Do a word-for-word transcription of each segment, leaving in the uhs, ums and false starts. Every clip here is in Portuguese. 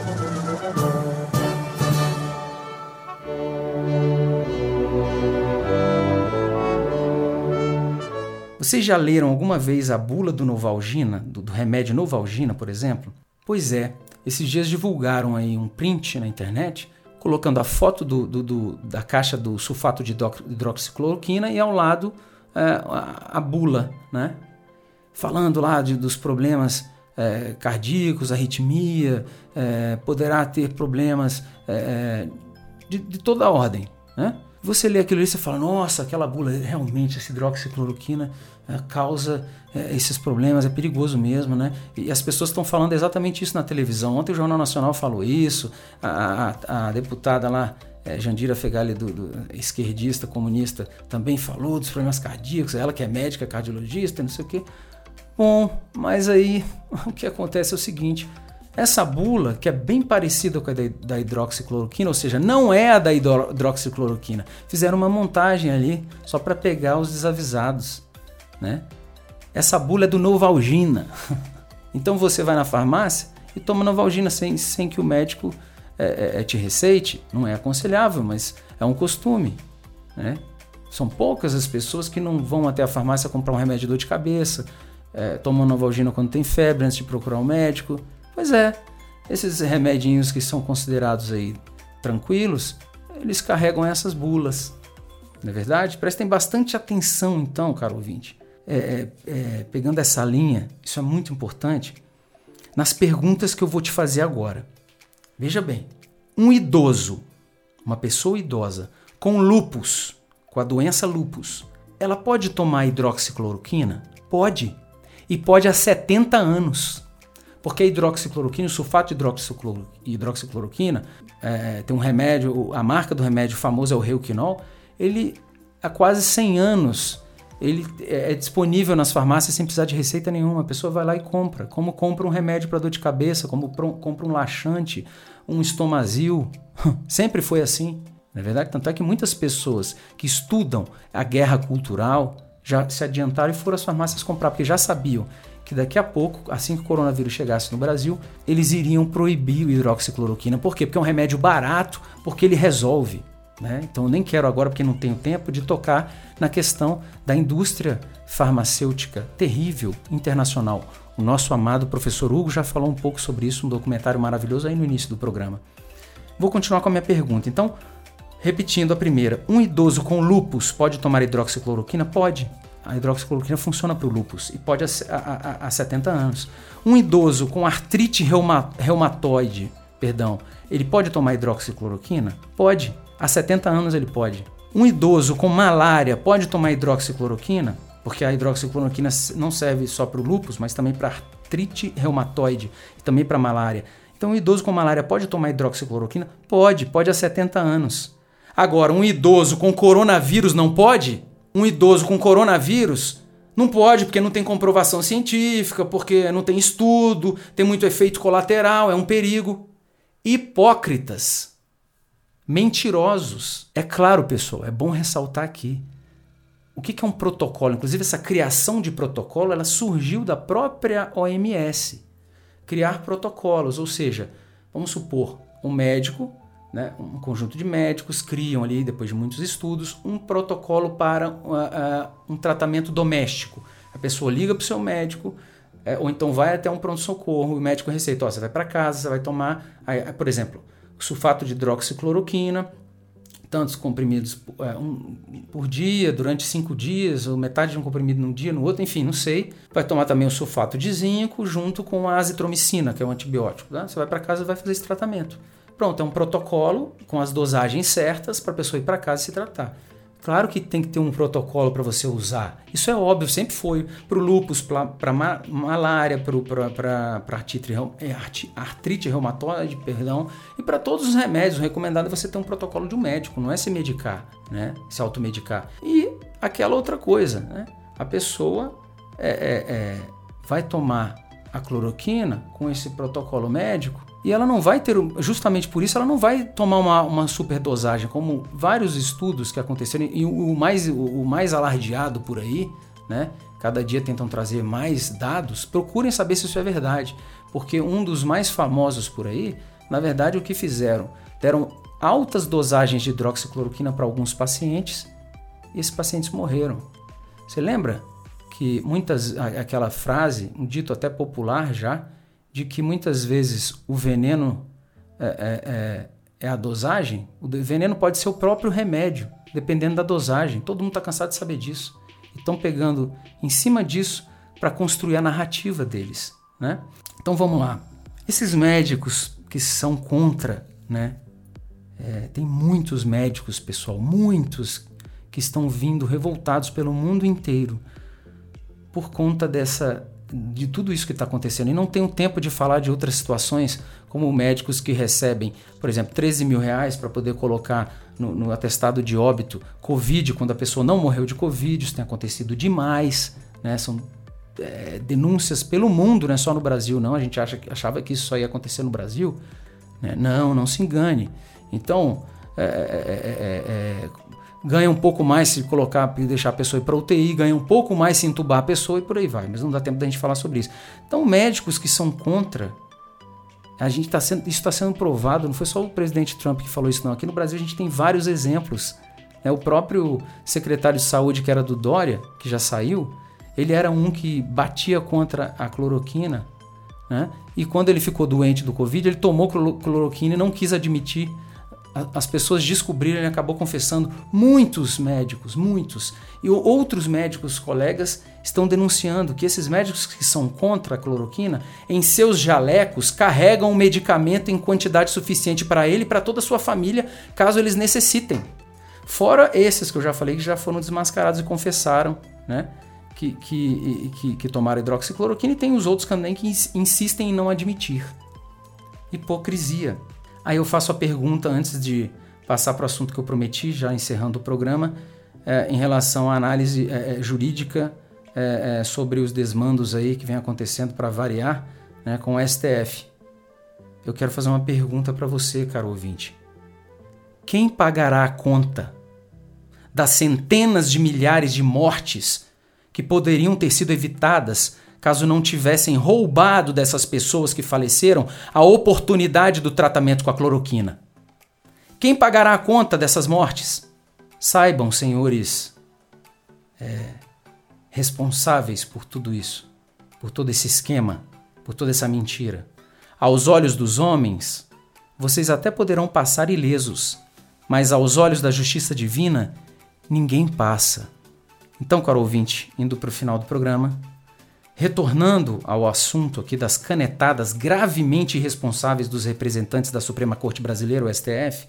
Vocês já leram alguma vez a bula do Novalgina, do, do remédio Novalgina, por exemplo? Pois é, esses dias divulgaram aí um print na internet, colocando a foto do, do, do, da caixa do sulfato de hidroxicloroquina e ao lado é, a, a bula, né? Falando lá de, dos problemas é, cardíacos, arritmia, é, poderá ter problemas é, de, de toda a ordem, né? Você lê aquilo ali e você fala, nossa, aquela bula, realmente, essa hidroxicloroquina é, causa é, esses problemas, é perigoso mesmo, né? E as pessoas estão falando exatamente isso na televisão. Ontem o Jornal Nacional falou isso, a, a, a deputada lá, é, Jandira Fegali, do, do esquerdista, comunista, também falou dos problemas cardíacos, ela que é médica, cardiologista, não sei o quê. Bom, mas aí o que acontece é o seguinte... Essa bula, que é bem parecida com a da hidroxicloroquina, ou seja, não é a da hidroxicloroquina, fizeram uma montagem ali só para pegar os desavisados, né? Essa bula é do Novalgina. Então você vai na farmácia e toma Novalgina sem, sem que o médico é, é, te receite. Não é aconselhável, mas é um costume, né? São poucas as pessoas que não vão até a farmácia comprar um remédio de dor de cabeça, é, tomam Novalgina quando tem febre antes de procurar um médico. Pois é, esses remedinhos que são considerados aí tranquilos, eles carregam essas bulas, não é verdade? Prestem bastante atenção então, caro ouvinte, é, é, é, pegando essa linha, isso é muito importante, nas perguntas que eu vou te fazer agora. Veja bem, um idoso, uma pessoa idosa com lúpus, com a doença lúpus, ela pode tomar hidroxicloroquina? Pode, e pode há setenta anos. Porque a hidroxicloroquina, o sulfato de hidroxicloroquina, é, tem um remédio, a marca do remédio famoso é o Reuquinol, ele há quase cem anos, ele é disponível nas farmácias sem precisar de receita nenhuma, a pessoa vai lá e compra, como compra um remédio para dor de cabeça, como compra um laxante, um Estomazil, sempre foi assim, não é verdade? Tanto é que muitas pessoas que estudam a guerra cultural já se adiantaram e foram às farmácias comprar, porque já sabiam que daqui a pouco, assim que o coronavírus chegasse no Brasil, eles iriam proibir o hidroxicloroquina. Por quê? Porque é um remédio barato, porque ele resolve, né? Então eu nem quero agora, porque não tenho tempo, de tocar na questão da indústria farmacêutica terrível, internacional. O nosso amado professor Hugo já falou um pouco sobre isso, um documentário maravilhoso aí no início do programa. Vou continuar com a minha pergunta. Então, repetindo a primeira, um idoso com lúpus pode tomar hidroxicloroquina? Pode. A hidroxicloroquina funciona para o lúpus e pode há setenta anos. Um idoso com artrite reuma, reumatoide, perdão, ele pode tomar hidroxicloroquina? Pode. Há setenta anos ele pode. Um idoso com malária pode tomar hidroxicloroquina? Porque a hidroxicloroquina não serve só para o lúpus, mas também para artrite reumatoide e também para malária. Então um idoso com malária pode tomar hidroxicloroquina? Pode, pode há setenta anos. Agora, um idoso com coronavírus não pode? Um idoso com coronavírus não pode, porque não tem comprovação científica, porque não tem estudo, tem muito efeito colateral, é um perigo. Hipócritas, mentirosos. É claro, pessoal, é bom ressaltar aqui. O que é um protocolo? Inclusive, essa criação de protocolo, ela surgiu da própria O M S. Criar protocolos, ou seja, vamos supor, um médico... Né? Um conjunto de médicos criam ali, depois de muitos estudos, um protocolo para uh, uh, um tratamento doméstico. A pessoa liga para o seu médico, é, ou então vai até um pronto-socorro, o médico receita, ó, você vai para casa, você vai tomar, aí, por exemplo, sulfato de hidroxicloroquina, tantos comprimidos é, um, por dia, durante cinco dias, ou metade de um comprimido num dia, no outro, enfim, não sei. Vai tomar também o sulfato de zinco junto com a azitromicina, que é um antibiótico. Tá? Você vai para casa e vai fazer esse tratamento. Pronto, é um protocolo com as dosagens certas para a pessoa ir para casa e se tratar. Claro que tem que ter um protocolo para você usar. Isso é óbvio, sempre foi. Para o lúpus, para ma- malária, para artrite, artrite reumatoide, perdão, e para todos os remédios. O recomendado é você ter um protocolo de um médico, não é se medicar, né? Se automedicar. E aquela outra coisa, né? A pessoa é, é, é, vai tomar a cloroquina com esse protocolo médico, e ela não vai ter, justamente por isso, ela não vai tomar uma, uma superdosagem, como vários estudos que aconteceram, e o mais, o mais alardeado por aí, né? Cada dia tentam trazer mais dados, procurem saber se isso é verdade, porque um dos mais famosos por aí Na verdade, o que fizeram? Deram altas dosagens de hidroxicloroquina para alguns pacientes e esses pacientes morreram. Você lembra que muitas, aquela frase, um dito até popular já, de que muitas vezes o veneno é, é, é a dosagem? O veneno pode ser o próprio remédio, dependendo da dosagem. Todo mundo está cansado de saber disso. E estão pegando em cima disso para construir a narrativa deles, né? Então vamos lá. Esses médicos que são contra, né? É, tem muitos médicos, pessoal, muitos que estão vindo revoltados pelo mundo inteiro por conta dessa, de tudo isso que está acontecendo. E não tenho tempo de falar de outras situações, como médicos que recebem, por exemplo, treze mil reais para poder colocar no, no atestado de óbito Covid, quando a pessoa não morreu de Covid. Isso tem acontecido demais, né? São é, denúncias pelo mundo, não é só no Brasil, não. A gente acha, achava que isso só ia acontecer no Brasil, né? Não, não se engane. Então, é, é, é, é, ganha um pouco mais se colocar, deixar a pessoa ir para U T I, ganha um pouco mais se entubar a pessoa e por aí vai, mas não dá tempo da gente falar sobre isso. Então, médicos que são contra, a gente tá sendo, isso está sendo provado, não foi só o presidente Trump que falou isso não, aqui no Brasil a gente tem vários exemplos, né? O próprio secretário de saúde, que era do Dória, que já saiu, ele era um que batia contra a cloroquina, né? E quando ele ficou doente do Covid, ele tomou cloroquina e não quis admitir. As pessoas descobriram, ele acabou confessando. Muitos médicos, muitos, e outros médicos colegas estão denunciando que esses médicos que são contra a cloroquina, em seus jalecos, carregam o medicamento em quantidade suficiente para ele e para toda a sua família, caso eles necessitem. Fora esses que eu já falei, que já foram desmascarados e confessaram, né, que, que, que, que tomaram hidroxicloroquina, e tem os outros também que insistem em não admitir. Hipocrisia. Aí eu faço a pergunta, antes de passar para o assunto que eu prometi, já encerrando o programa, é, em relação à análise é, jurídica é, é, sobre os desmandos aí que vem acontecendo, para variar, né, com o S T F. Eu quero fazer uma pergunta para você, caro ouvinte. Quem pagará a conta das centenas de milhares de mortes que poderiam ter sido evitadas caso não tivessem roubado dessas pessoas que faleceram a oportunidade do tratamento com a cloroquina? Quem pagará a conta dessas mortes? Saibam, senhores é, responsáveis por tudo isso, por todo esse esquema, por toda essa mentira. Aos olhos dos homens, vocês até poderão passar ilesos, mas aos olhos da justiça divina, ninguém passa. Então, caro ouvinte, indo para o final do programa, retornando ao assunto aqui das canetadas gravemente irresponsáveis dos representantes da Suprema Corte Brasileira, o S T F,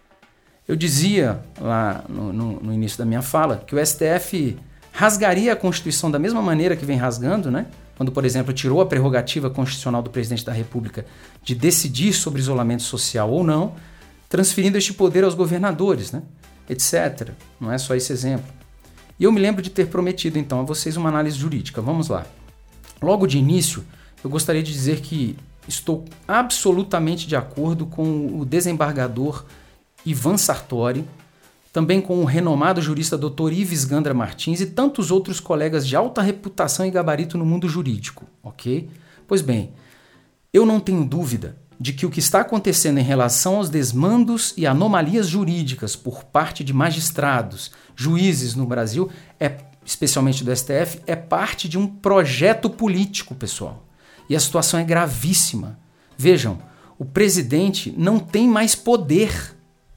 eu dizia lá no, no, no início da minha fala que o S T F rasgaria a Constituição da mesma maneira que vem rasgando, né? Quando, por exemplo, tirou a prerrogativa constitucional do presidente da República de decidir sobre isolamento social ou não, transferindo este poder aos governadores, né? etcétera. Não é só esse exemplo. E eu me lembro de ter prometido, então, a vocês uma análise jurídica. Vamos lá. Logo de início, eu gostaria de dizer que estou absolutamente de acordo com o desembargador Ivan Sartori, também com o renomado jurista doutor Ives Gandra Martins e tantos outros colegas de alta reputação e gabarito no mundo jurídico, ok? Pois bem, eu não tenho dúvida de que o que está acontecendo em relação aos desmandos e anomalias jurídicas por parte de magistrados, juízes no Brasil, é, especialmente do S T F, é parte de um projeto político, pessoal. E a situação é gravíssima. Vejam, o presidente não tem mais poder.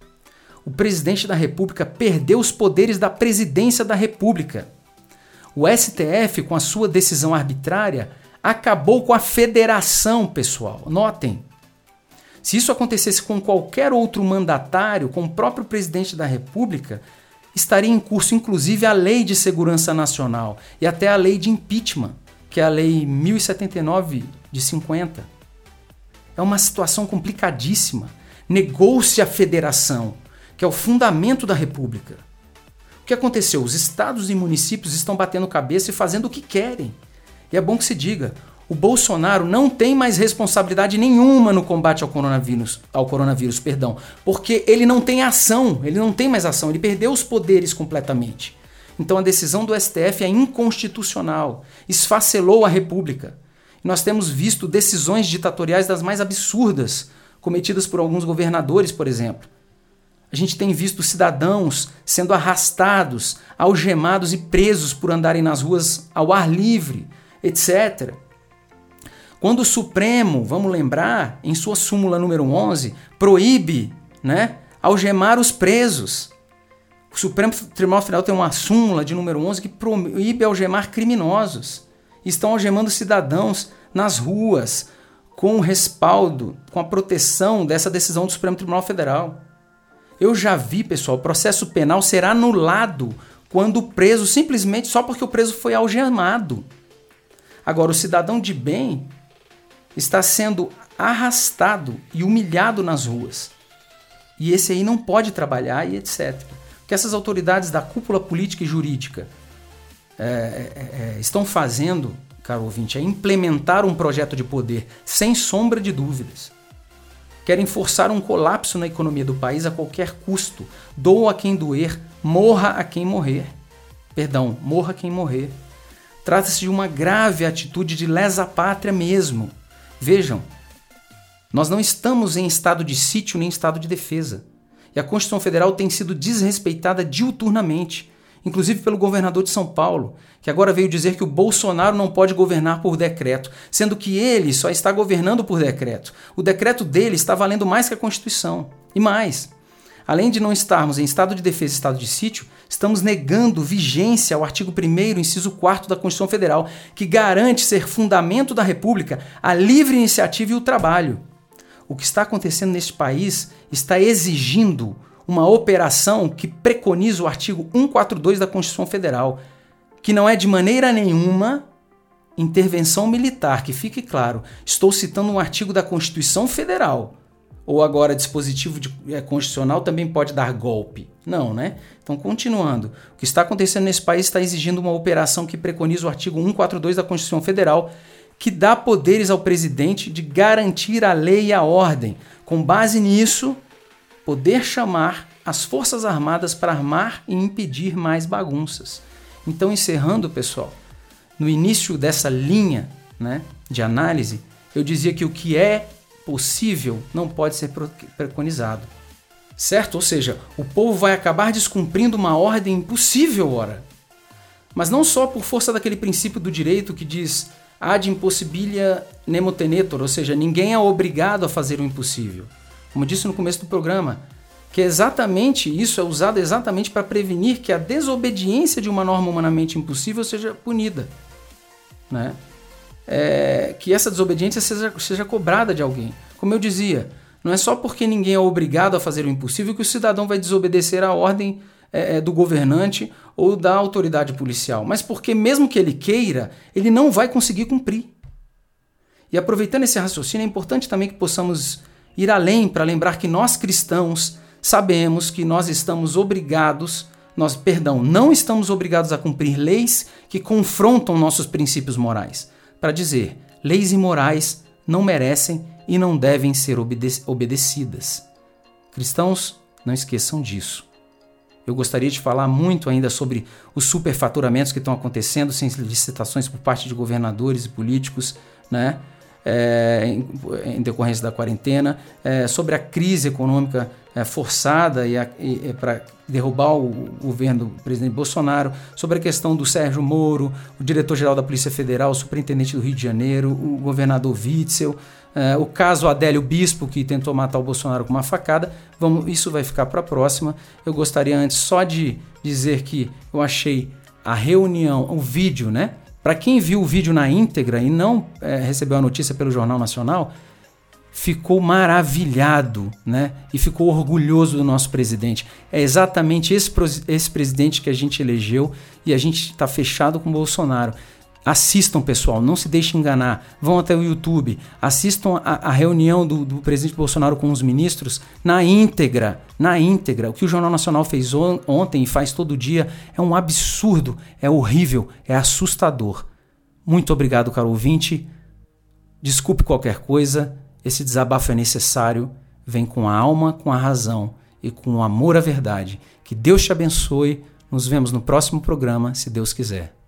O presidente da República perdeu os poderes da presidência da República. O S T F, com a sua decisão arbitrária, acabou com a federação, pessoal. Notem. Se isso acontecesse com qualquer outro mandatário, com o próprio presidente da República, estaria em curso, inclusive, a Lei de Segurança Nacional e até a Lei de Impeachment, que é a Lei mil e setenta e nove de cinquenta. É uma situação complicadíssima. Negou-se a federação, que é o fundamento da República. O que aconteceu? Os estados e municípios estão batendo cabeça e fazendo o que querem. E é bom que se diga, o Bolsonaro não tem mais responsabilidade nenhuma no combate ao coronavírus, ao coronavírus, perdão, porque ele não tem ação, ele não tem mais ação, ele perdeu os poderes completamente. Então a decisão do S T F é inconstitucional, esfacelou a República. E nós temos visto decisões ditatoriais das mais absurdas, cometidas por alguns governadores, por exemplo. A gente tem visto cidadãos sendo arrastados, algemados e presos por andarem nas ruas ao ar livre, etcétera. Quando o Supremo, vamos lembrar, em sua súmula número onze, proíbe, né, algemar os presos. O Supremo Tribunal Federal tem uma súmula de número onze que proíbe algemar criminosos. Estão algemando cidadãos nas ruas com o respaldo, com a proteção dessa decisão do Supremo Tribunal Federal. Eu já vi, pessoal, o processo penal ser anulado quando o preso, simplesmente só porque o preso foi algemado. Agora, o cidadão de bem está sendo arrastado e humilhado nas ruas. E esse aí não pode trabalhar e etcétera. O que essas autoridades da cúpula política e jurídica é, é, é, estão fazendo, caro ouvinte, é implementar um projeto de poder sem sombra de dúvidas. Querem forçar um colapso na economia do país a qualquer custo. Doa a quem doer, morra a quem morrer. Perdão, morra quem morrer. Trata-se de uma grave atitude de lesa-pátria mesmo. Vejam, nós não estamos em estado de sítio nem estado de defesa. E a Constituição Federal tem sido desrespeitada diuturnamente, inclusive pelo governador de São Paulo, que agora veio dizer que o Bolsonaro não pode governar por decreto, sendo que ele só está governando por decreto. O decreto dele está valendo mais que a Constituição. E mais, além de não estarmos em estado de defesa e estado de sítio, estamos negando vigência ao artigo primeiro, inciso quarto da Constituição Federal, que garante ser fundamento da República a livre iniciativa e o trabalho. O que está acontecendo neste país está exigindo uma operação que preconiza o artigo cento e quarenta e dois da Constituição Federal, que não é de maneira nenhuma intervenção militar, que fique claro. Estou citando um artigo da Constituição Federal, ou agora dispositivo de, é, constitucional também pode dar golpe. Não, né? Então, continuando. O que está acontecendo nesse país está exigindo uma operação que preconiza o artigo cento e quarenta e dois da Constituição Federal, que dá poderes ao presidente de garantir a lei e a ordem. Com base nisso, poder chamar as Forças Armadas para armar e impedir mais bagunças. Então, encerrando, pessoal, no início dessa linha, né, de análise, eu dizia que o que é possível não pode ser preconizado. Certo? Ou seja, o povo vai acabar descumprindo uma ordem impossível, ora. Mas não só por força daquele princípio do direito que diz ad impossibilia nemo tenetur, ou seja, ninguém é obrigado a fazer o impossível. Como disse no começo do programa, que exatamente isso é usado exatamente para prevenir que a desobediência de uma norma humanamente impossível seja punida, né? É, que essa desobediência seja, seja cobrada de alguém. Como eu dizia, não é só porque ninguém é obrigado a fazer o impossível que o cidadão vai desobedecer à ordem é, do governante ou da autoridade policial, mas porque mesmo que ele queira, ele não vai conseguir cumprir. E aproveitando esse raciocínio, é importante também que possamos ir além para lembrar que nós cristãos sabemos que nós estamos obrigados, nós, perdão, não estamos obrigados a cumprir leis que confrontam nossos princípios morais. Para dizer, leis imorais não merecem e não devem ser obede- obedecidas. Cristãos, não esqueçam disso. Eu gostaria de falar muito ainda sobre os superfaturamentos que estão acontecendo sem licitações por parte de governadores e políticos, né? É, em, em decorrência da quarentena, é, sobre a crise econômica é, forçada e, e, e para derrubar o, o governo do presidente Bolsonaro, sobre a questão do Sérgio Moro, o diretor-geral da Polícia Federal, o superintendente do Rio de Janeiro, o governador Witzel, é, o caso Adélio Bispo, que tentou matar o Bolsonaro com uma facada. Vamos, isso vai ficar para a próxima. Eu gostaria antes só de dizer que eu achei a reunião, o vídeo, né? Para quem viu o vídeo na íntegra e não é, recebeu a notícia pelo Jornal Nacional, ficou maravilhado, né? E ficou orgulhoso do nosso presidente. É exatamente esse, esse presidente que a gente elegeu e a gente está fechado com o Bolsonaro. Assistam, pessoal, não se deixem enganar. Vão até o YouTube, assistam a, a reunião do, do presidente Bolsonaro com os ministros na íntegra, na íntegra. O que o Jornal Nacional fez on, ontem e faz todo dia é um absurdo, é horrível, é assustador. Muito obrigado, caro ouvinte. Desculpe qualquer coisa, esse desabafo é necessário. Vem com a alma, com a razão e com o amor à verdade. Que Deus te abençoe. Nos vemos no próximo programa, se Deus quiser.